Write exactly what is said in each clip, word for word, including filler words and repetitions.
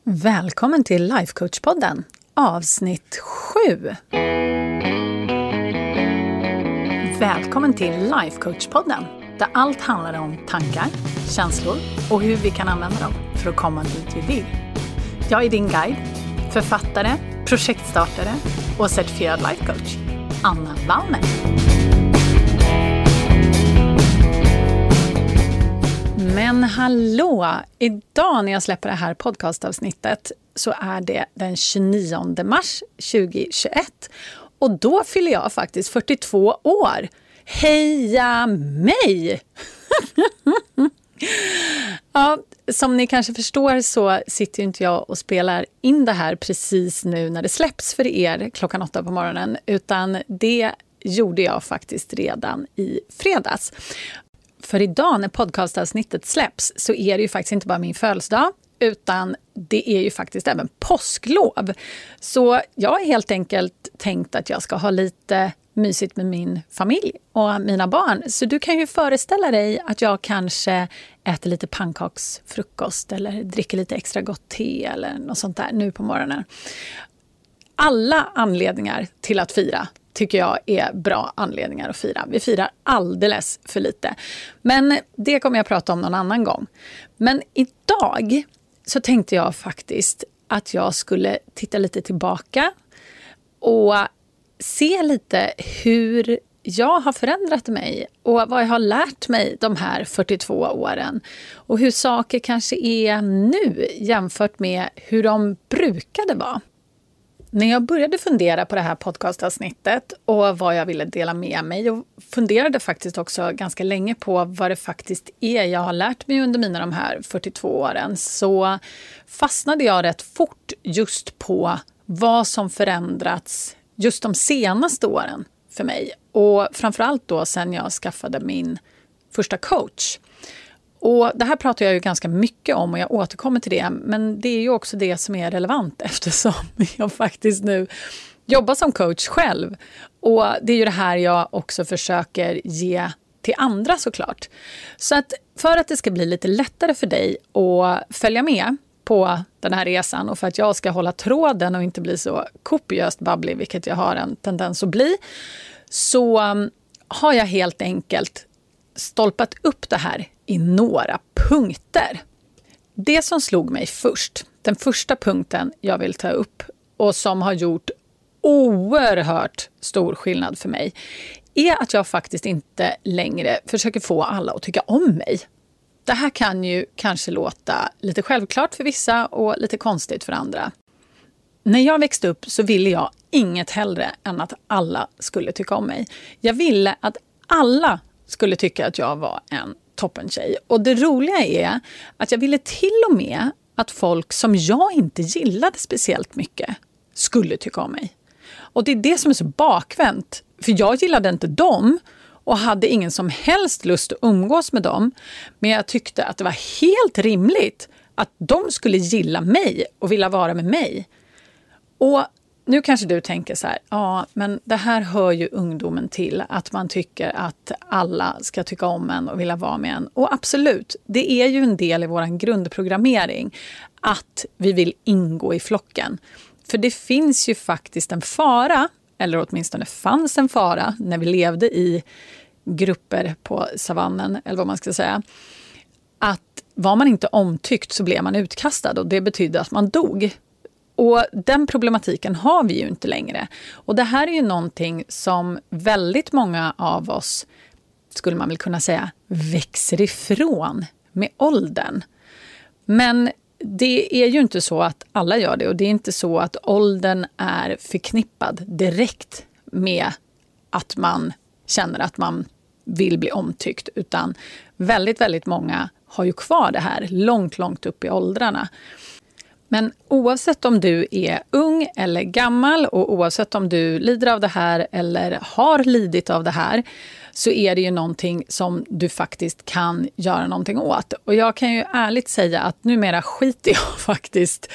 Välkommen till Life Coach-podden, avsnitt sju. Välkommen till Life Coach-podden, där allt handlar om tankar, känslor och hur vi kan använda dem för att komma dit vi vill. Jag är din guide, författare, projektstartare och certifierad life coach, Anna Wallner. Men hallå! Idag när jag släpper det här podcastavsnittet så är det den tjugonionde mars tjugohundratjugoett och då fyller jag faktiskt fyrtiotvå år. Heja mig! Ja, som ni kanske förstår så sitter ju inte jag och spelar in det här precis nu när det släpps för er klockan åtta på morgonen, utan det gjorde jag faktiskt redan i fredags. För idag när podcastavsnittet släpps så är det ju faktiskt inte bara min födelsedag, utan det är ju faktiskt även påsklov. Så jag har helt enkelt tänkt att jag ska ha lite mysigt med min familj och mina barn. Så du kan ju föreställa dig att jag kanske äter lite pannkaksfrukost eller dricker lite extra gott te eller något sånt där nu på morgonen. Alla anledningar till att fira tycker jag är bra anledningar att fira. Vi firar alldeles för lite. Men det kommer jag prata om någon annan gång. Men idag så tänkte jag faktiskt att jag skulle titta lite tillbaka och se lite hur jag har förändrat mig och vad jag har lärt mig de här fyrtiotvå åren. Och hur saker kanske är nu jämfört med hur de brukade vara. När jag började fundera på det här podcastavsnittet och vad jag ville dela med mig och funderade faktiskt också ganska länge på vad det faktiskt är jag har lärt mig under mina de här fyrtiotvå åren, så fastnade jag rätt fort just på vad som förändrats just de senaste åren för mig. Och framförallt då sen jag skaffade min första coach. Och det här pratar jag ju ganska mycket om och jag återkommer till det. Men det är ju också det som är relevant eftersom jag faktiskt nu jobbar som coach själv. Och det är ju det här jag också försöker ge till andra såklart. Så att för att det ska bli lite lättare för dig att följa med på den här resan och för att jag ska hålla tråden och inte bli så kopiöst babblig, vilket jag har en tendens att bli, så har jag helt enkelt stolpat upp det här i några punkter. Det som slog mig först, den första punkten jag vill ta upp och som har gjort oerhört stor skillnad för mig, är att jag faktiskt inte längre försöker få alla att tycka om mig. Det här kan ju kanske låta lite självklart för vissa och lite konstigt för andra. När jag växte upp så ville jag inget hellre än att alla skulle tycka om mig. Jag ville att alla skulle tycka att jag var en toppentjej. Och det roliga är att jag ville till och med att folk som jag inte gillade speciellt mycket skulle tycka om mig. Och det är det som är så bakvänt. För jag gillade inte dem och hade ingen som helst lust att umgås med dem. Men jag tyckte att det var helt rimligt att de skulle gilla mig och vilja vara med mig. Och nu kanske du tänker så här, ja men det här hör ju ungdomen till, att man tycker att alla ska tycka om en och vilja vara med en. Och absolut, det är ju en del i vår grundprogrammering att vi vill ingå i flocken. För det finns ju faktiskt en fara, eller åtminstone fanns en fara när vi levde i grupper på savannen, eller vad man ska säga, att var man inte omtyckt så blev man utkastad och det betydde att man dog. Och den problematiken har vi ju inte längre. Och det här är ju någonting som väldigt många av oss, skulle man väl kunna säga, växer ifrån med åldern. Men det är ju inte så att alla gör det och det är inte så att åldern är förknippad direkt med att man känner att man vill bli omtyckt, utan väldigt, väldigt många har ju kvar det här långt, långt upp i åldrarna. Men oavsett om du är ung eller gammal och oavsett om du lider av det här eller har lidit av det här, så är det ju någonting som du faktiskt kan göra någonting åt. Och jag kan ju ärligt säga att numera skiter jag faktiskt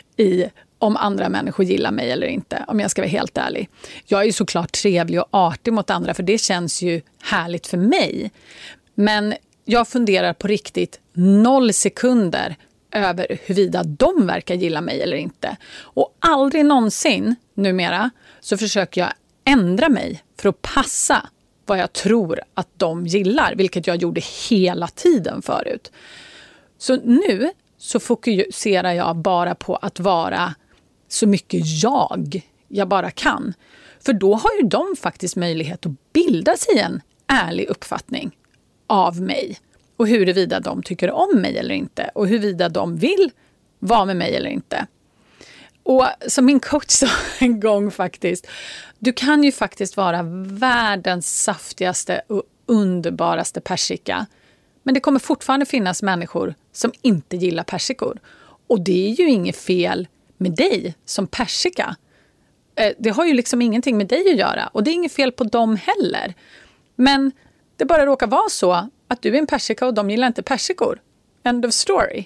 i om andra människor gillar mig eller inte, om jag ska vara helt ärlig. Jag är ju såklart trevlig och artig mot andra, för det känns ju härligt för mig. Men jag funderar på riktigt noll sekunder över huruvida de verkar gilla mig eller inte. Och aldrig någonsin numera så försöker jag ändra mig för att passa vad jag tror att de gillar, vilket jag gjorde hela tiden förut. Så nu så fokuserar jag bara på att vara så mycket jag jag bara kan. För då har ju de faktiskt möjlighet att bilda sig en ärlig uppfattning av mig. Och huruvida de tycker om mig eller inte. Och huruvida de vill vara med mig eller inte. Och som min coach sa en gång faktiskt. Du kan ju faktiskt vara världens saftigaste och underbaraste persika. Men det kommer fortfarande finnas människor som inte gillar persikor. Och det är ju inget fel med dig som persika. Det har ju liksom ingenting med dig att göra. Och det är inget fel på dem heller. Men det bara råkar vara så att du är en persika och de gillar inte persikor. End of story.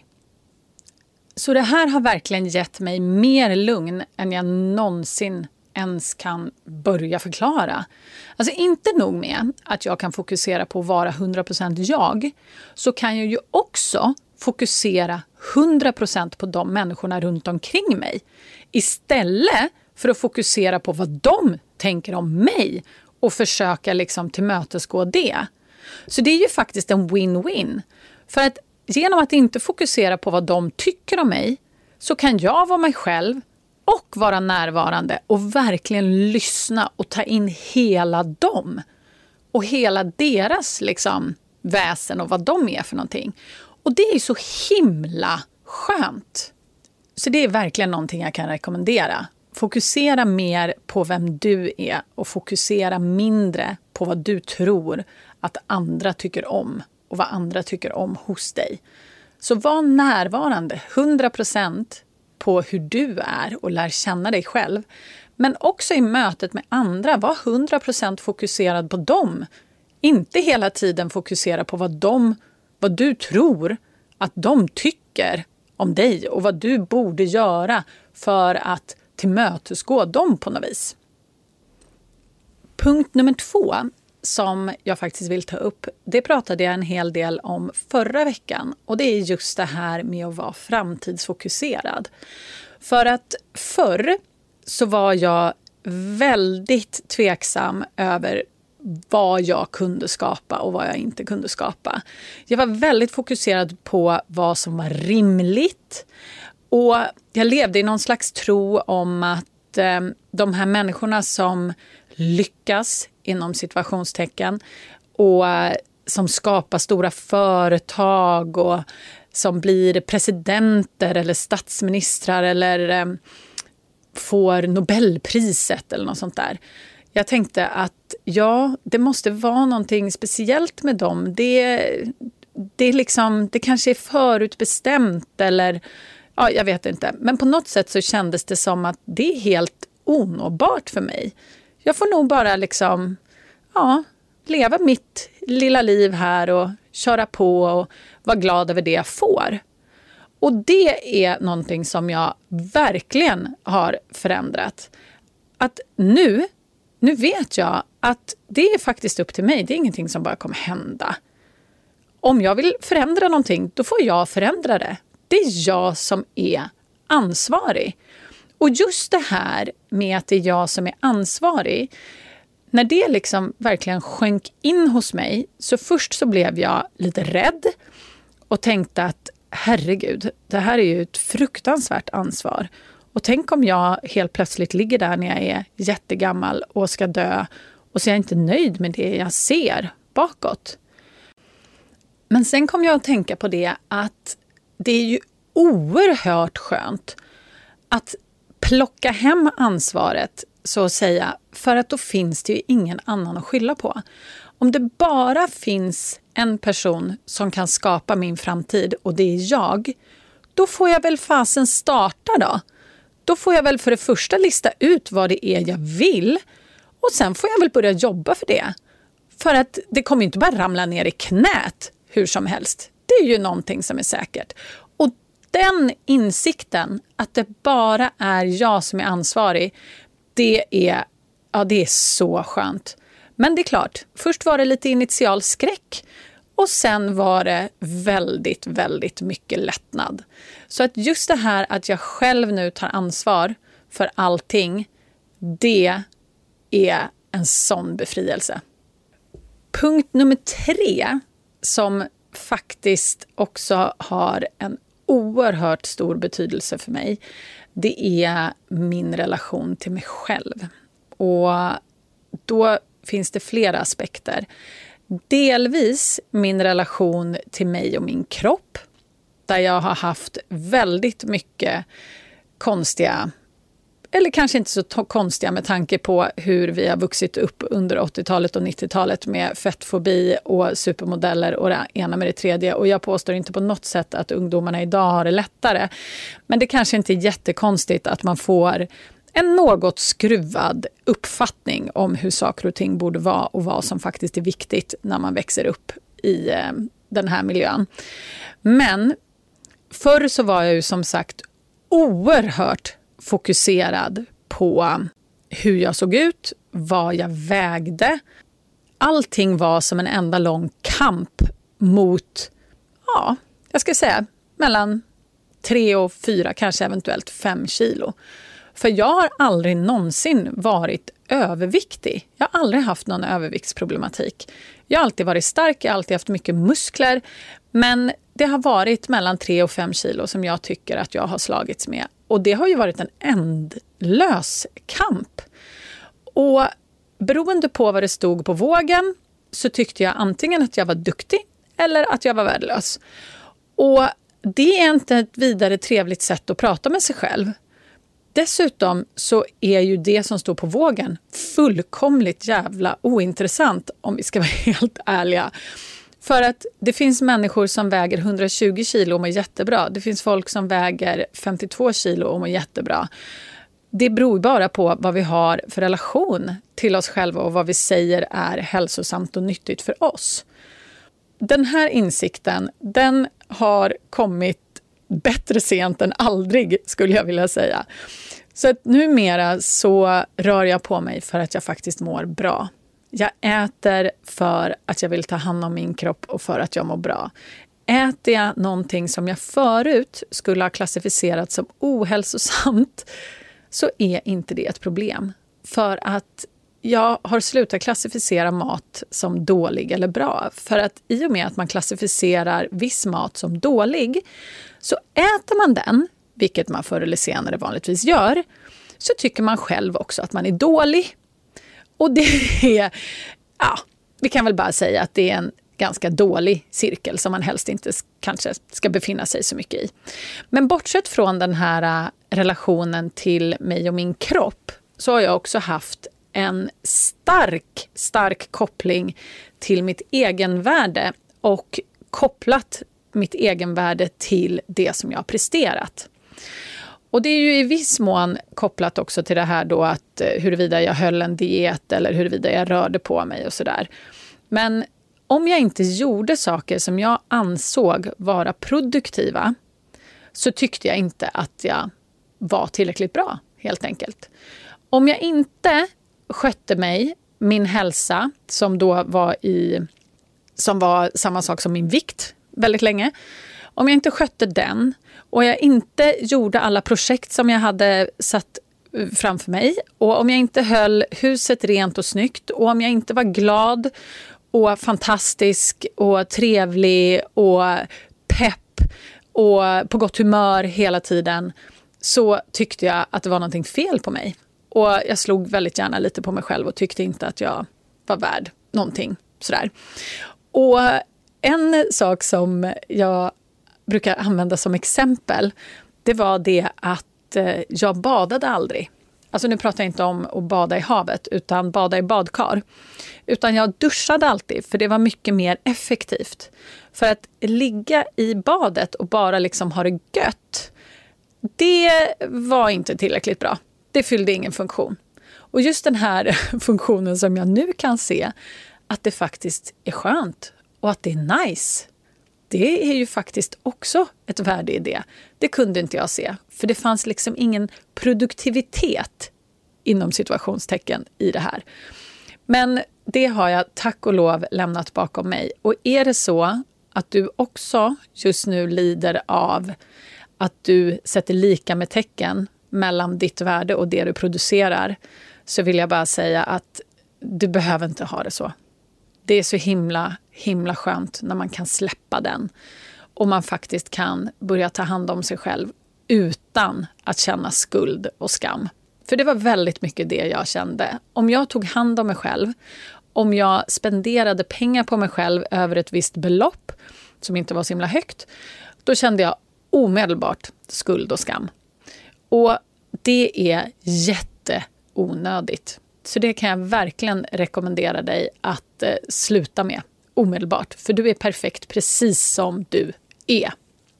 Så det här har verkligen gett mig mer lugn än jag någonsin ens kan börja förklara. Alltså inte nog med att jag kan fokusera på att vara hundra procent jag, så kan jag ju också fokusera hundra procent på de människorna runt omkring mig. Istället för att fokusera på vad de tänker om mig och försöka liksom tillmötesgå det. Så det är ju faktiskt en win-win. För att genom att inte fokusera på vad de tycker om mig så kan jag vara mig själv och vara närvarande och verkligen lyssna och ta in hela dem. Och hela deras liksom väsen och vad de är för någonting. Och det är så himla skönt. Så det är verkligen någonting jag kan rekommendera. Fokusera mer på vem du är och fokusera mindre på vad du tror att andra tycker om och vad andra tycker om hos dig. Så var närvarande hundra procent på hur du är och lär känna dig själv. Men också i mötet med andra, var hundra procent fokuserad på dem. Inte hela tiden fokusera på vad, de, vad du tror att de tycker om dig och vad du borde göra för att tillmötesgå dem på något vis. Punkt nummer två som jag faktiskt vill ta upp, det pratade jag en hel del om förra veckan. Och det är just det här med att vara framtidsfokuserad. För att förr så var jag väldigt tveksam över vad jag kunde skapa och vad jag inte kunde skapa. Jag var väldigt fokuserad på vad som var rimligt. Och jag levde i någon slags tro om att eh, de här människorna som lyckas inom situationstecken och eh, som skapar stora företag och som blir presidenter eller statsministrar eller eh, får Nobelpriset eller något sånt där. Jag tänkte att ja, det måste vara någonting speciellt med dem. Det, det, är liksom, det kanske är förutbestämt eller ja, jag vet inte. Men på något sätt så kändes det som att det är helt onåbart för mig. Jag får nog bara liksom, ja, leva mitt lilla liv här och köra på och vara glad över det jag får. Och det är någonting som jag verkligen har förändrat. Att nu, nu vet jag att det är faktiskt upp till mig. Det är ingenting som bara kommer hända. Om jag vill förändra någonting, då får jag förändra det. Det är jag som är ansvarig. Och just det här med att det är jag som är ansvarig, när det liksom verkligen sjönk in hos mig, så först så blev jag lite rädd och tänkte att herregud, det här är ju ett fruktansvärt ansvar. Och tänk om jag helt plötsligt ligger där när jag är jättegammal och ska dö och så är jag inte nöjd med det jag ser bakåt. Men sen kom jag att tänka på det att det är ju oerhört skönt att plocka hem ansvaret så att säga, för att då finns det ju ingen annan att skylla på. Om det bara finns en person som kan skapa min framtid och det är jag, då får jag väl fasen starta då. Då får jag väl för det första lista ut vad det är jag vill och sen får jag väl börja jobba för det. För att det kommer inte bara ramla ner i knät hur som helst. Det är ju någonting som är säkert. Och den insikten att det bara är jag som är ansvarig, det är, ja, det är så skönt. Men det är klart, först var det lite initial skräck Och sen var det väldigt, väldigt mycket lättnad. Så att just det här att jag själv nu tar ansvar för allting, det är en sån befrielse. Punkt nummer tre som faktiskt också har en oerhört stor betydelse för mig, det är min relation till mig själv. Och då finns det flera aspekter. Delvis min relation till mig och min kropp, där jag har haft väldigt mycket konstiga, eller kanske inte så konstiga med tanke på hur vi har vuxit upp under åttiotalet och nittiotalet med fettfobi och supermodeller och det ena med det tredje. Och jag påstår inte på något sätt att ungdomarna idag har det lättare. Men det kanske inte är jättekonstigt att man får en något skruvad uppfattning om hur saker och ting borde vara och vad som faktiskt är viktigt när man växer upp i eh, den här miljön. Men förr så var jag ju som sagt oerhört fokuserad på hur jag såg ut, vad jag vägde. Allting var som en enda lång kamp mot, ja, jag ska säga mellan tre och fyra, kanske eventuellt fem kilo. För jag har aldrig någonsin varit överviktig. Jag har aldrig haft någon överviktsproblematik. Jag har alltid varit stark, jag har alltid haft mycket muskler. Men det har varit mellan tre och fem kilo som jag tycker att jag har slagits med. Och det har ju varit en ändlös kamp. Och beroende på vad det stod på vågen så tyckte jag antingen att jag var duktig eller att jag var värdelös. Och det är inte ett vidare trevligt sätt att prata med sig själv. Dessutom så är ju det som står på vågen fullkomligt jävla ointressant om vi ska vara helt ärliga. För att det finns människor som väger hundratjugo kilo och mår jättebra. Det finns folk som väger femtiotvå kilo och mår jättebra. Det beror bara på vad vi har för relation till oss själva och vad vi säger är hälsosamt och nyttigt för oss. Den här insikten, den har kommit bättre sent än aldrig, skulle jag vilja säga. Så att numera så rör jag på mig för att jag faktiskt mår bra. Jag äter för att jag vill ta hand om min kropp och för att jag mår bra. Äter jag någonting som jag förut skulle ha klassificerat som ohälsosamt så är inte det ett problem. För att jag har slutat klassificera mat som dålig eller bra. För att i och med att man klassificerar viss mat som dålig så äter man den, vilket man förr eller senare vanligtvis gör, så tycker man själv också att man är dålig. Och det är, ja, vi kan väl bara säga att det är en ganska dålig cirkel som man helst inte kanske ska befinna sig så mycket i. Men bortsett från den här relationen till mig och min kropp så har jag också haft en stark, stark koppling till mitt egenvärde och kopplat mitt egenvärde till det som jag har presterat. Och det är ju i viss mån kopplat också till det här då att huruvida jag höll en diet eller huruvida jag rörde på mig och sådär. Men om jag inte gjorde saker som jag ansåg vara produktiva så tyckte jag inte att jag var tillräckligt bra, helt enkelt. Om jag inte skötte mig, min hälsa, som då var i, som var samma sak som min vikt väldigt länge. Om jag inte skötte den och jag inte gjorde alla projekt som jag hade satt framför mig och om jag inte höll huset rent och snyggt och om jag inte var glad och fantastisk och trevlig och pepp och på gott humör hela tiden så tyckte jag att det var någonting fel på mig. Och jag slog väldigt gärna lite på mig själv och tyckte inte att jag var värd någonting sådär. Och en sak som jag brukar använda som exempel, det var det att jag badade aldrig. Alltså nu pratar jag inte om att bada i havet utan bada i badkar. Utan jag duschade alltid för det var mycket mer effektivt. För att ligga i badet och bara liksom ha det gött, det var inte tillräckligt bra. Det fyllde ingen funktion. Och just den här funktionen som jag nu kan se, att det faktiskt är skönt och att det är nice. Det är ju faktiskt också ett värde i det. Det kunde inte jag se. För det fanns liksom ingen produktivitet inom situationstecken i det här. Men det har jag tack och lov lämnat bakom mig. Och är det så att du också just nu lider av att du sätter lika med tecken mellan ditt värde och det du producerar, så vill jag bara säga att du behöver inte ha det så. Det är så himla, himla skönt när man kan släppa den och man faktiskt kan börja ta hand om sig själv utan att känna skuld och skam. För det var väldigt mycket det jag kände. Om jag tog hand om mig själv, om jag spenderade pengar på mig själv över ett visst belopp som inte var så himla högt, då kände jag omedelbart skuld och skam. Och det är jätteonödigt. Så det kan jag verkligen rekommendera dig att eh, sluta med omedelbart. För du är perfekt precis som du är.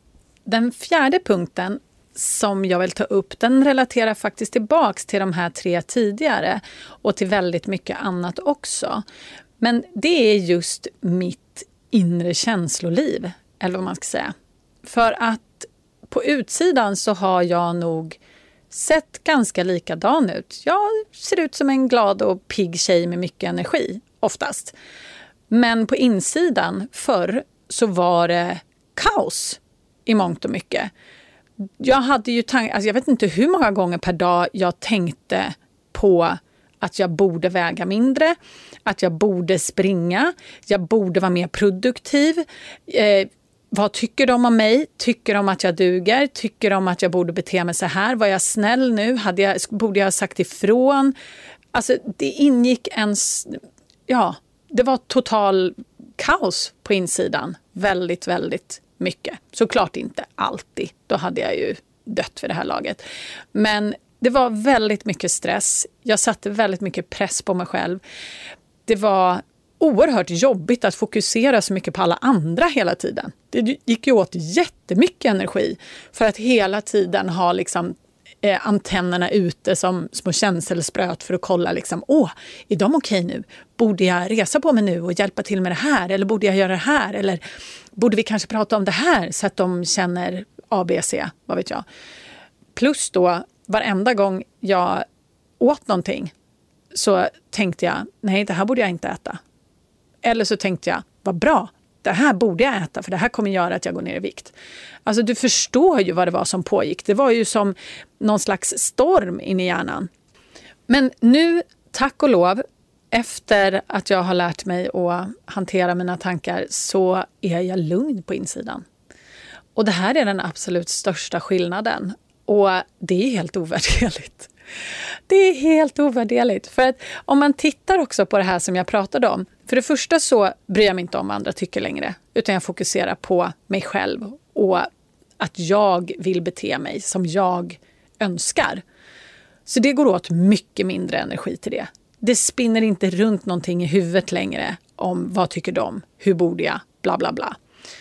Den fjärde punkten som jag vill ta upp, den relaterar faktiskt tillbaks till de här tre tidigare och till väldigt mycket annat också. Men det är just mitt inre känsloliv, eller vad man ska säga. För att på utsidan så har jag nog sett ganska likadan ut. Jag ser ut som en glad och pigg tjej med mycket energi, oftast. Men på insidan förr så var det kaos i mångt och mycket. Jag hade ju tank- alltså jag vet inte hur många gånger per dag jag tänkte på att jag borde väga mindre, att jag borde springa, jag borde vara mer produktiv. Eh, vad tycker de om mig? Tycker de att jag duger? Tycker de att jag borde bete mig så här? Var jag snäll nu? Hade jag, borde jag ha sagt ifrån? Alltså det ingick en... Ja, det var total kaos på insidan. Väldigt, väldigt mycket. Såklart inte alltid. Då hade jag ju dött för det här laget. Men det var väldigt mycket stress. Jag satte väldigt mycket press på mig själv. Det var oerhört jobbigt att fokusera så mycket på alla andra hela tiden. Det gick ju åt jättemycket energi för att hela tiden ha liksom eh, antennerna ute som små känselspröt för att kolla liksom, åh, är de okej nu? Borde jag resa på mig nu och hjälpa till med det här? Eller borde jag göra det här? Eller borde vi kanske prata om det här så att de känner A, B, C, vad vet jag. Plus då, varenda gång jag åt någonting så tänkte jag, nej det här borde jag inte äta. Eller så tänkte jag, vad bra, det här borde jag äta för det här kommer göra att jag går ner i vikt. Alltså du förstår ju vad det var som pågick. Det var ju som någon slags storm in i hjärnan. Men nu, tack och lov, efter att jag har lärt mig att hantera mina tankar så är jag lugn på insidan. Och det här är den absolut största skillnaden. Och det är helt ovärderligt. Det är helt ovärderligt. För att om man tittar också på det här som jag pratade om. För det första så bryr jag mig inte om vad andra tycker längre. Utan jag fokuserar på mig själv. Och att jag vill bete mig som jag önskar. Så det går åt mycket mindre energi till det. Det spinner inte runt någonting i huvudet längre. Om vad tycker de? Hur borde jag? Bla bla bla.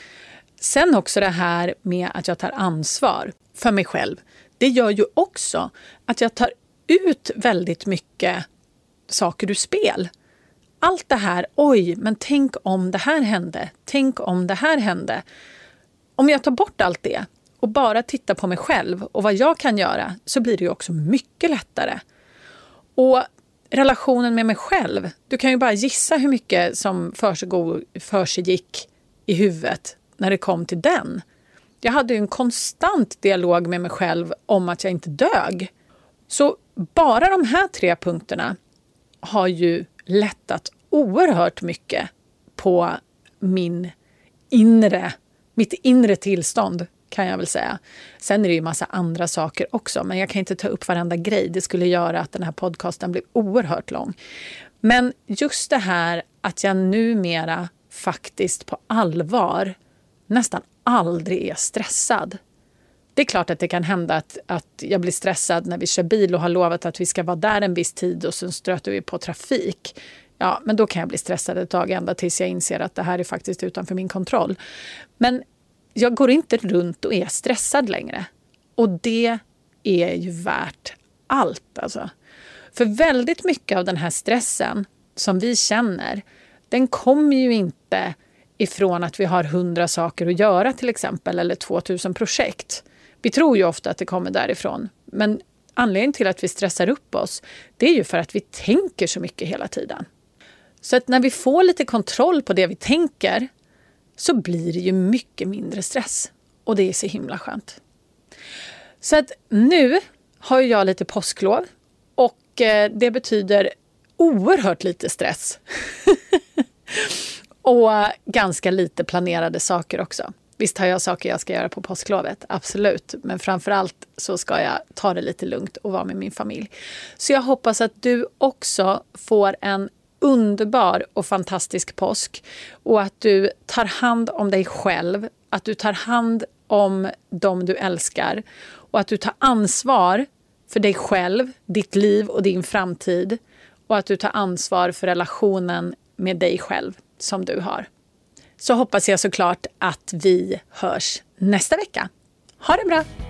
Sen också det här med att jag tar ansvar för mig själv. Det gör ju också att jag tar ut väldigt mycket saker ur spel. Allt det här, oj, men tänk om det här hände. Tänk om det här hände. Om jag tar bort allt det och bara tittar på mig själv och vad jag kan göra så blir det ju också mycket lättare. Och relationen med mig själv, du kan ju bara gissa hur mycket som försiggick i huvudet när det kom till den. Jag hade ju en konstant dialog med mig själv om att jag inte dög. Så bara de här tre punkterna har ju lättat oerhört mycket på min inre, mitt inre tillstånd kan jag väl säga. Sen är det ju massa andra saker också, men jag kan inte ta upp varenda grej. Det skulle göra att den här podcasten blir oerhört lång. Men just det här att jag numera faktiskt på allvar nästan aldrig är stressad. Det är klart att det kan hända att, att jag blir stressad när vi kör bil och har lovat att vi ska vara där en viss tid och sen stöter vi på trafik. Ja, men då kan jag bli stressad ett tag ända tills jag inser att det här är faktiskt utanför min kontroll. Men jag går inte runt och är stressad längre. Och det är ju värt allt alltså. För väldigt mycket av den här stressen som vi känner, den kommer ju inte ifrån att vi har hundra saker att göra till exempel, eller tvåtusen projekt. Vi tror ju ofta att det kommer därifrån. Men anledningen till att vi stressar upp oss, det är ju för att vi tänker så mycket hela tiden. Så att när vi får lite kontroll på det vi tänker så blir det ju mycket mindre stress. Och det är så himla skönt. Så att nu har jag lite påsklov och det betyder oerhört lite stress. Och ganska lite planerade saker också. Visst har jag saker jag ska göra på påsklovet, absolut. Men framförallt så ska jag ta det lite lugnt och vara med min familj. Så jag hoppas att du också får en underbar och fantastisk påsk. Och att du tar hand om dig själv. Att du tar hand om dem du älskar. Och att du tar ansvar för dig själv, ditt liv och din framtid. Och att du tar ansvar för relationen med dig själv som du har. Så hoppas jag såklart att vi hörs nästa vecka. Ha det bra!